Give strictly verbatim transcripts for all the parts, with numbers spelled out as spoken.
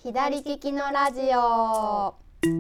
左利きのラジオ。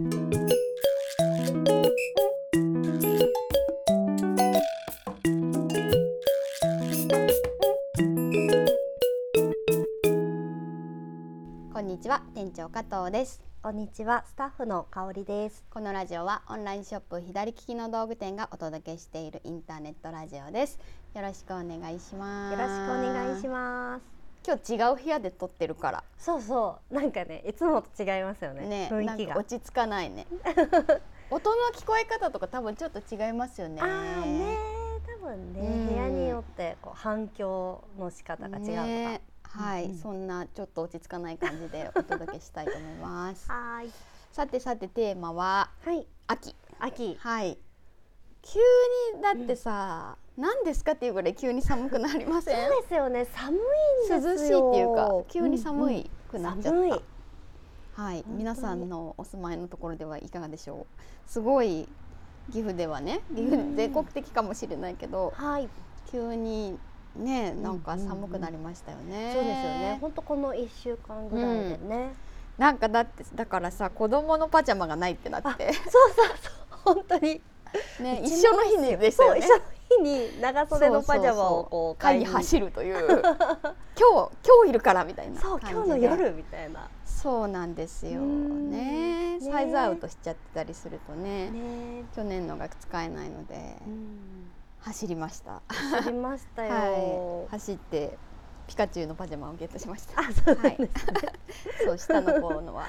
こんにちは、店長加藤です。 こんにちは、スタッフの香里です。 このラジオはオンラインショップ左利きの道具店がお届けしているインターネットラジオです。よろしくお願いします。 よろしくお願いします。 今日違う部屋で撮ってるから。 そうそう、なんかね、いつもと違いますよね。 ね、 雰囲気がなんか落ち着かないね。音の聞こえ方とか多分ちょっと違いますよね。 あーね、多分ね、 うん部屋によってこう反響の仕方が違うとか。 ね、はい、 うんうん、 そんなちょっと落ち着かない感じでお届けしたいと思います。 はい。 さてさてテーマは、 はい、 秋。 秋。 はい。急にだってさ、うん、何ですかっていうぐらい急に寒くなりません？ そうですよね。寒いんですよ。 涼しいっていうか急に寒いくなっちゃった。 うんうん、 はい、皆さんのお住まいのところではいかがでしょう。すごい岐阜ではね、岐阜全国的かもしれないけど、 うん、はい、 急にね、なんか寒くなりましたよね。 うんうんうん、そうですよね。本当このいっしゅうかんぐらいでね、うん、 なんかだってだからさ、子供のパジャマがないってなって、 そうそうそう、本当にね、一緒の日にでしたよね。 そう、一緒の日に長袖のパジャマをこう買いに走るという今日今日いるからみたいな感じで、そう、今日の夜みたいな。 そうなんですよね。サイズアウトしちゃってたりすると ね, ね去年のが使えないので走りました走りましたよ、 はい、走ってピカチュウのパジャマをゲットしました。 あ、そうですね、はい、 そう、下の子のは、はい、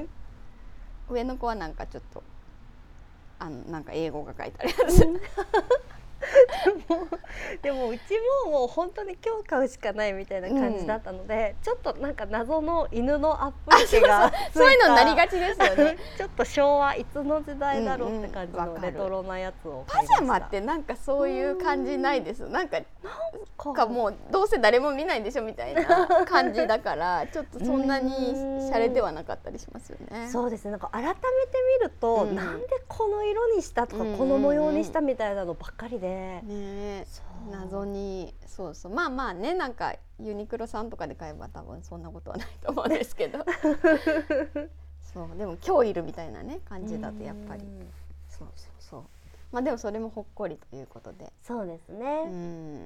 上の子はなんかちょっとあのなんか英語が書いてあるやつ、うんでもでもうちももう本当に今日買うしかないみたいな感じだったので、うん、ちょっとなんか謎の犬のアップリケがついた、 そういうのになりがちですよね。 ちょっと昭和いつの時代だろうって感じのレトロなやつを買いました。 パジャマってなんかそういう感じないです。なんかなんかもうどうせ誰も見ないでしょみたいな感じだからちょっとそんなに洒落てはなかったりしますよね。 そうですね。なんか改めて見ると、うん、なんでこの色にしたとか、うん、この模様にしたみたいなのばっかりで、ね、 謎にそうそう、まあまあね、なんかユニクロさんとかで買えば多分そんなことはないと思うんですけどそうでも今日いるみたいなね感じだとやっぱりそうそうそう、まあでもそれもほっこりということで、 そうですね、 うん、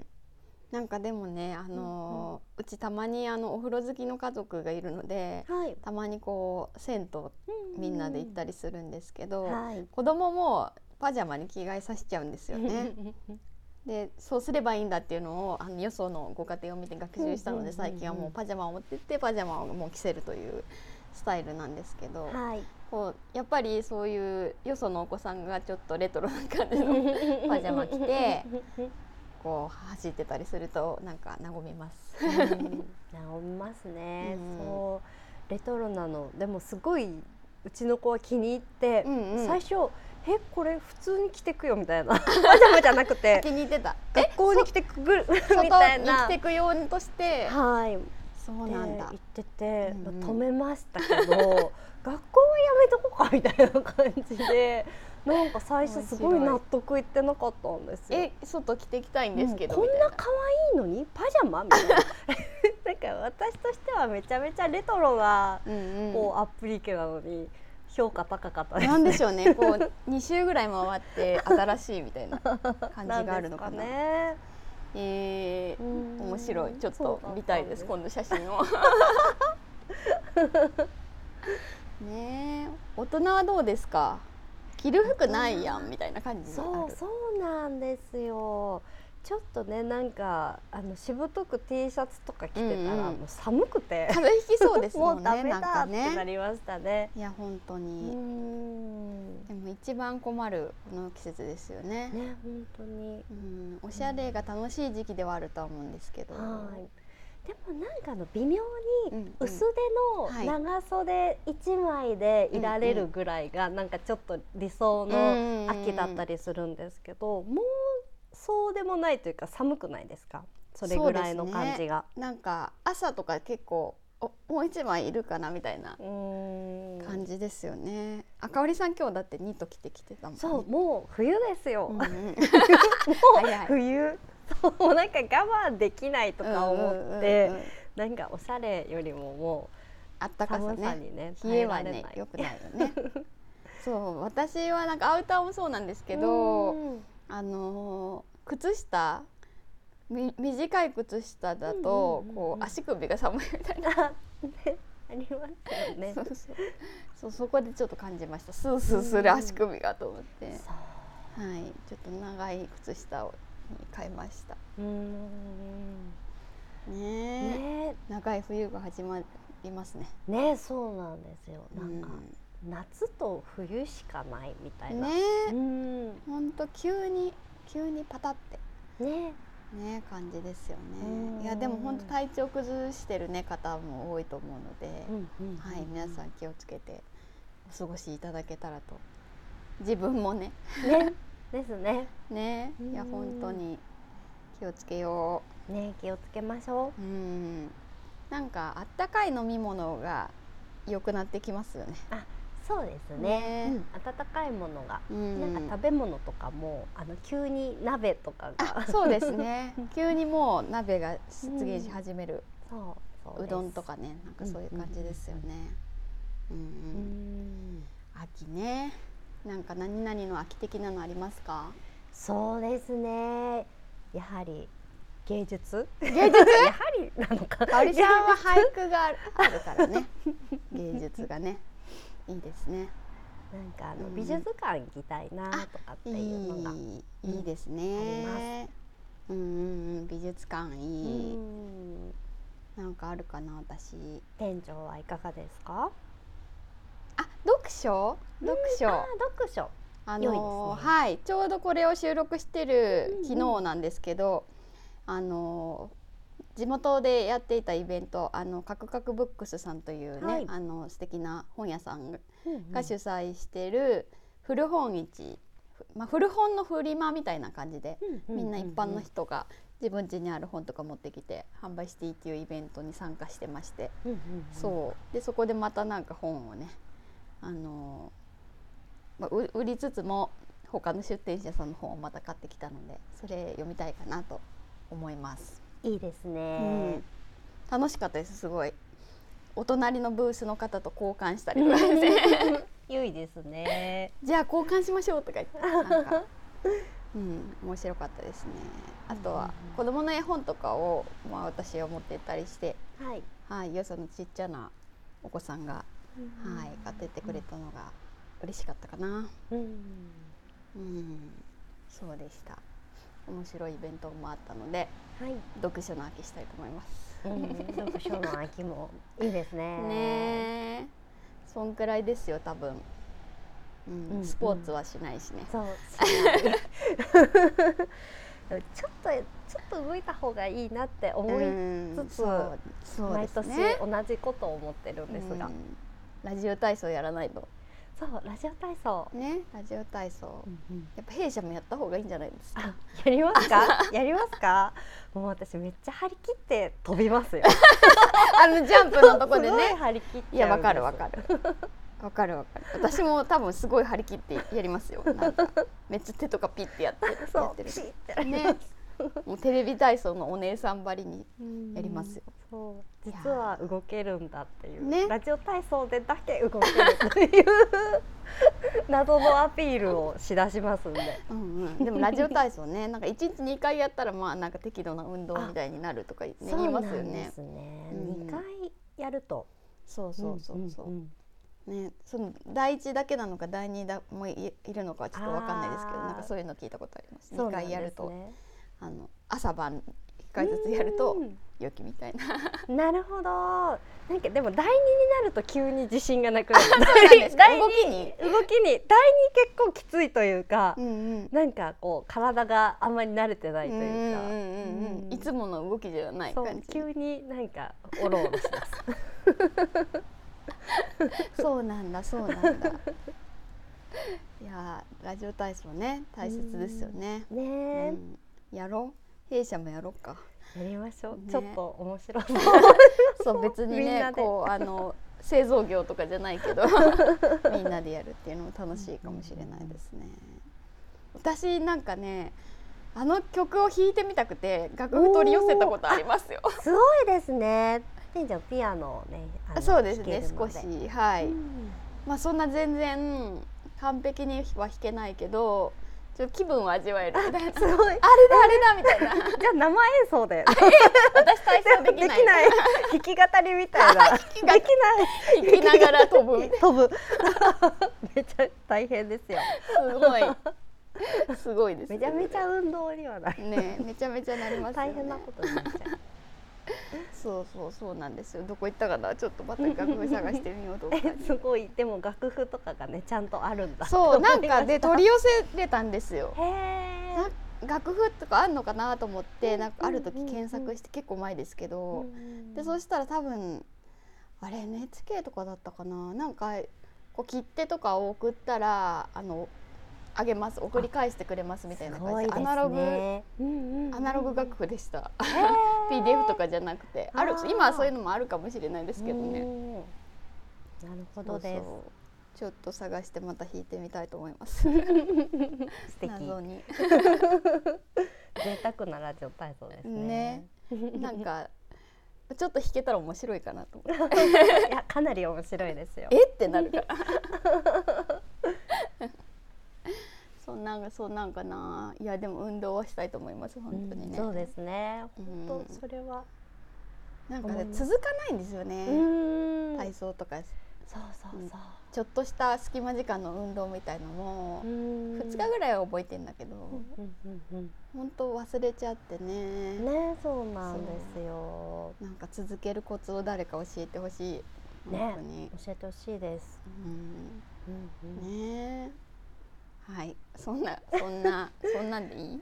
なんかでもね、あのー、うちたまにあのお風呂好きの家族がいるので、はい、たまにこう銭湯みんなで行ったりするんですけど、はい、子供もパジャマに着替えさせちゃうんですよねでそうすればいいんだっていうのをあのよそのご家庭を見て学習したので、最近はもうパジャマを持ってってパジャマをもう着せるというスタイルなんですけど、はい、こうやっぱりそういうよそのお子さんがちょっとレトロな感じのパジャマ着てこう走ってたりするとなんか和みます和みますね、うん、そうレトロなのでもすごいうちの子は気に入って、うんうん、最初えこれ普通に着てくよみたいなパジャマじゃなくて気に入ってた学校に着てくぐるみたいな、 外に着てくようとしてはいそうなんだ言ってて、 うんうん、 まあ、止めましたけど学校はやめとこうかみたいな感じでなんか最初すごい納得いってなかったんですよ。 え外着てきたいんですけど、 うん、こんな可愛いのにパジャマみたいななんか私としてはめちゃめちゃレトロな、うんうん、こうアップリケなのに評価高かったですね。 なんでしょうね、こうに周ぐらい回って新しいみたいな感じがあるのかな。なんですかね。えー、面白い。ちょっと見たいです。今度写真を。ねえ、大人はどうですか。着る服ないやんみたいな感じになる。 そうそうなんですよ。ちょっとねなんかあのしぶとく T シャツとか着てたら、うんうん、もう寒くて風邪ひきそうですもんね。 もうダメだってなりましたね。 いや本当に。うーんでも一番困るこの季節ですよね。 ね本当に。 うんおしゃれが楽しい時期ではあると思うんですけど。 はいでもなんかあの微妙に薄手の長袖いちまいでいられるぐらいがなんかちょっと理想の秋だったりするんですけど、もうそうでもないというか寒くないですか？それぐらいの感じが、 ね、なんか朝とか結構おもう一枚いるかなみたいな感じですよね。あかおりさん今日だってニット着てきてたもんね。 そうもう冬ですよ、うんうん、もう冬もうなんか我慢できないとか思って、なんかおしゃれよりももあったかさね、 寒さにね冷えはね良くないよねそう私はなんかアウターもそうなんですけど、あのー、靴下み短い靴下だと、うんうんうんうん、こう足首が寒いみたいなありますよねそうそうそう、そこでちょっと感じました。スースーする足首がと思って、うん、はい、ちょっと長い靴下を買いました。うーんねえ、ね、長い冬が始まりますね。 ね、そうなんですよ。なんか、うん、夏と冬しかないみたいな。 ね、うん、ほんと急に急にパタってねね感じですよね。いやでも本当体調崩してるね方も多いと思うので、うんうんうんうん、はい、皆さん気をつけてお過ごしいただけたらと。自分もね。 ねですね。 ね、いや本当に気をつけよう。ね、気をつけましょう。 うん。なんかあったかい飲み物が良くなってきますよね。 あ、そうですね。ね、うん、温かいものが、うん、なんか食べ物とかもあの急に鍋とかが、 そうですね。急にもう鍋が出現し始める。うん、そう、そう、うどんとかね、なんかそういう感じですよね。うんうんうん、秋ね。なんか何々の秋的なのありますか？ そうですね。やはり芸術？ 芸術？やはりなのか。 かおりちゃんは俳句があるからね。芸術がね。いいですね。 なんかあの、うん、美術館行きたいなとかっていうのがいい、いいですね。あります。うんうん、美術館いい。なんかあるかな私。 店長はいかがですか？ あ、読書？読書。 あ、読書。 あのーね、はい、ちょうどこれを収録してる昨日なんですけど、うんうん、あのー、地元でやっていたイベント、あのカクカクブックスさんというね、はい、あの素敵な本屋さんが主催してる古本市、まあ、古本のフリマみたいな感じで、みんな一般の人が自分家にある本とか持ってきて販売していいっていうイベントに参加してまして、うんうんうん、そうでそこでまたなんか本をね、あのーまあ、売りつつも他の出店者さんの本をまた買ってきたので、それ読みたいかなと思います。 いいですね、うん、 楽しかったです。すごいお隣のブースの方と交換したりとかして良いですね。 じゃあ交換しましょうとか言ってなんか、うん、面白かったですね。あとは子供の絵本とかを、まあ、私は持ってったりして、はいはい、よそのちっちゃなお子さんが、うん、はい、買ってってくれたのが嬉しかったかな。うん、うん、そうでした。面白いイベントもあったので、はい、読書の秋したいと思います。 うん、読書の秋もいいですね。 ね、そんくらいですよ多分。うんうん、スポーツはしないしね。 そうしない。ちょっとちょっと動いた方がいいなって思いつつ、そうそう毎年同じことを思ってるんですが、 ラジオ体操やらないと。 そう、ラジオ体操ね、ラジオ体操、うんうん、やっぱ弊社もやった方がいいんじゃないですか。 やりますか？やりますか？もう私めっちゃ張り切って飛びますよ。 あのジャンプのとこでね。 張り切っちゃうんです。 いや、わかるわかる。わかるわかる。私も多分すごい張り切ってやりますよ。なんかめっちゃ手とかピッてやってる。 やってる。ピッてやります。 ね。もうテレビ体操のお姉さんばりにやりますよ。 そう、実は動けるんだっていう、ね、ラジオ体操でだけ動けるという謎のアピールをしだしますんで。 うん、うん、でもラジオ体操ね、なんかいちにちにかいやったらまあなんか適度な運動みたいになるとか、ね、言いますよね。そうなんですね。 うん、にかいやると。 そうそうそうそう。うんうんうんね、そのだいいちだけなのかだいにだも い, いるのかちょっと分かんないですけど、なんかそういうの聞いたことあります。にかいやると、ね、あの朝晩いっかいずつやると良きみたいな。 なるほど。なんかでもだいにになると急に自信がなくなる。 そうなんですか。動きに動きにだいに結構きついというか、うんうん、なんかこう体があんまり慣れてないというか、うんうんうんうん、いつもの動きではない感じ。 急になんかおろおろします。 そうなんだそうなんだ。いやラジオ体操ね大切ですよね。 ねえ、うん、 やろう。弊社もやろうか。 やりましょう。ね、ちょっと面白そう。 そう別にねこうあの製造業とかじゃないけどみんなでやるっていうのも楽しいかもしれないですね。私なんかねあの曲を弾いてみたくて楽譜取り寄せたことありますよ。 すごいですね。 店長ピアノをね、 あそうですね、少し、はい、うん、まあそんな全然完璧には弾けないけど、ちょっと気分を味わえるみたいな。すごい。あれだあれだみたいな。 じゃあ生演奏で。 私体操できない。できない。 弾き語りみたいな。できない。 弾きながら飛ぶ。 飛ぶ。めっちゃ大変ですよ。 すごい。すごいです。 めちゃめちゃ運動にはなる。 ね、めちゃめちゃなりますよね。 大変なことになっちゃう。 そうそうそうなんですよ。どこ行ったかな、ちょっとまた楽譜探してみようとか。 すごい。でも楽譜とかがねちゃんとあるんだ。 そうなんかで取り寄せれたんですよ。へー。楽譜とかあるのかなと思ってなんかある時検索して結構前ですけど、でそしたら多分あれ エヌエイチケー とかだったかな、なんかこう切手とかを送ったらあのあげます、送り返してくれますみたいな感じで、アナログ、アナログ楽譜でした。ピーディーエフ とかじゃなくて、ある今はそういうのもあるかもしれないですけどね。 なるほどです。そうそうちょっと探してまた弾いてみたいと思います。素敵。謎に。贅沢なラジオ体操ですね。 ね、なんかちょっと弾けたら面白いかなと思って。 いやかなり面白いですよ。 えってなるから。そんなんそんなんかな。いやでも運動はしたいと思います本当にね。 うん、そうですね。本当それはなんかね続かないんですよね。体操とか。 そうそうそう。 ちょっとした隙間時間の運動みたいのもふつかぐらいは覚えてんだけど、本当忘れちゃってね。 ね、そうなんですよ。 なんか続けるコツを誰か教えてほしい。 ね、教えてほしいです。 ね。はい、そんなそんなそんなんでいい？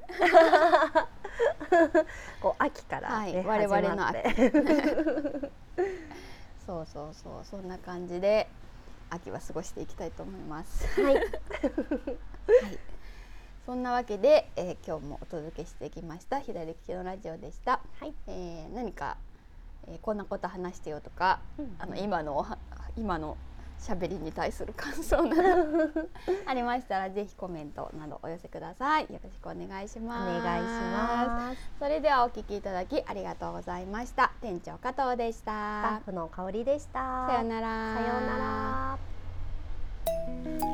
こう秋からはい、我々の秋。そうそうそう、そんな感じで秋は過ごしていきたいと思います。はい。はい。そんなわけで、えー、今日もお届けしてきました左利きのラジオでした。はい。えー、何か、えー、こんなこと話してよとか、うんうん、あの今の今の喋りに対する感想などありましたらぜひコメントなどお寄せください。よろしくお願いします。 お願いします。 それではお聞きいただきありがとうございました。店長加藤でした。スタッフの香りでした。 さようなら。 さようなら。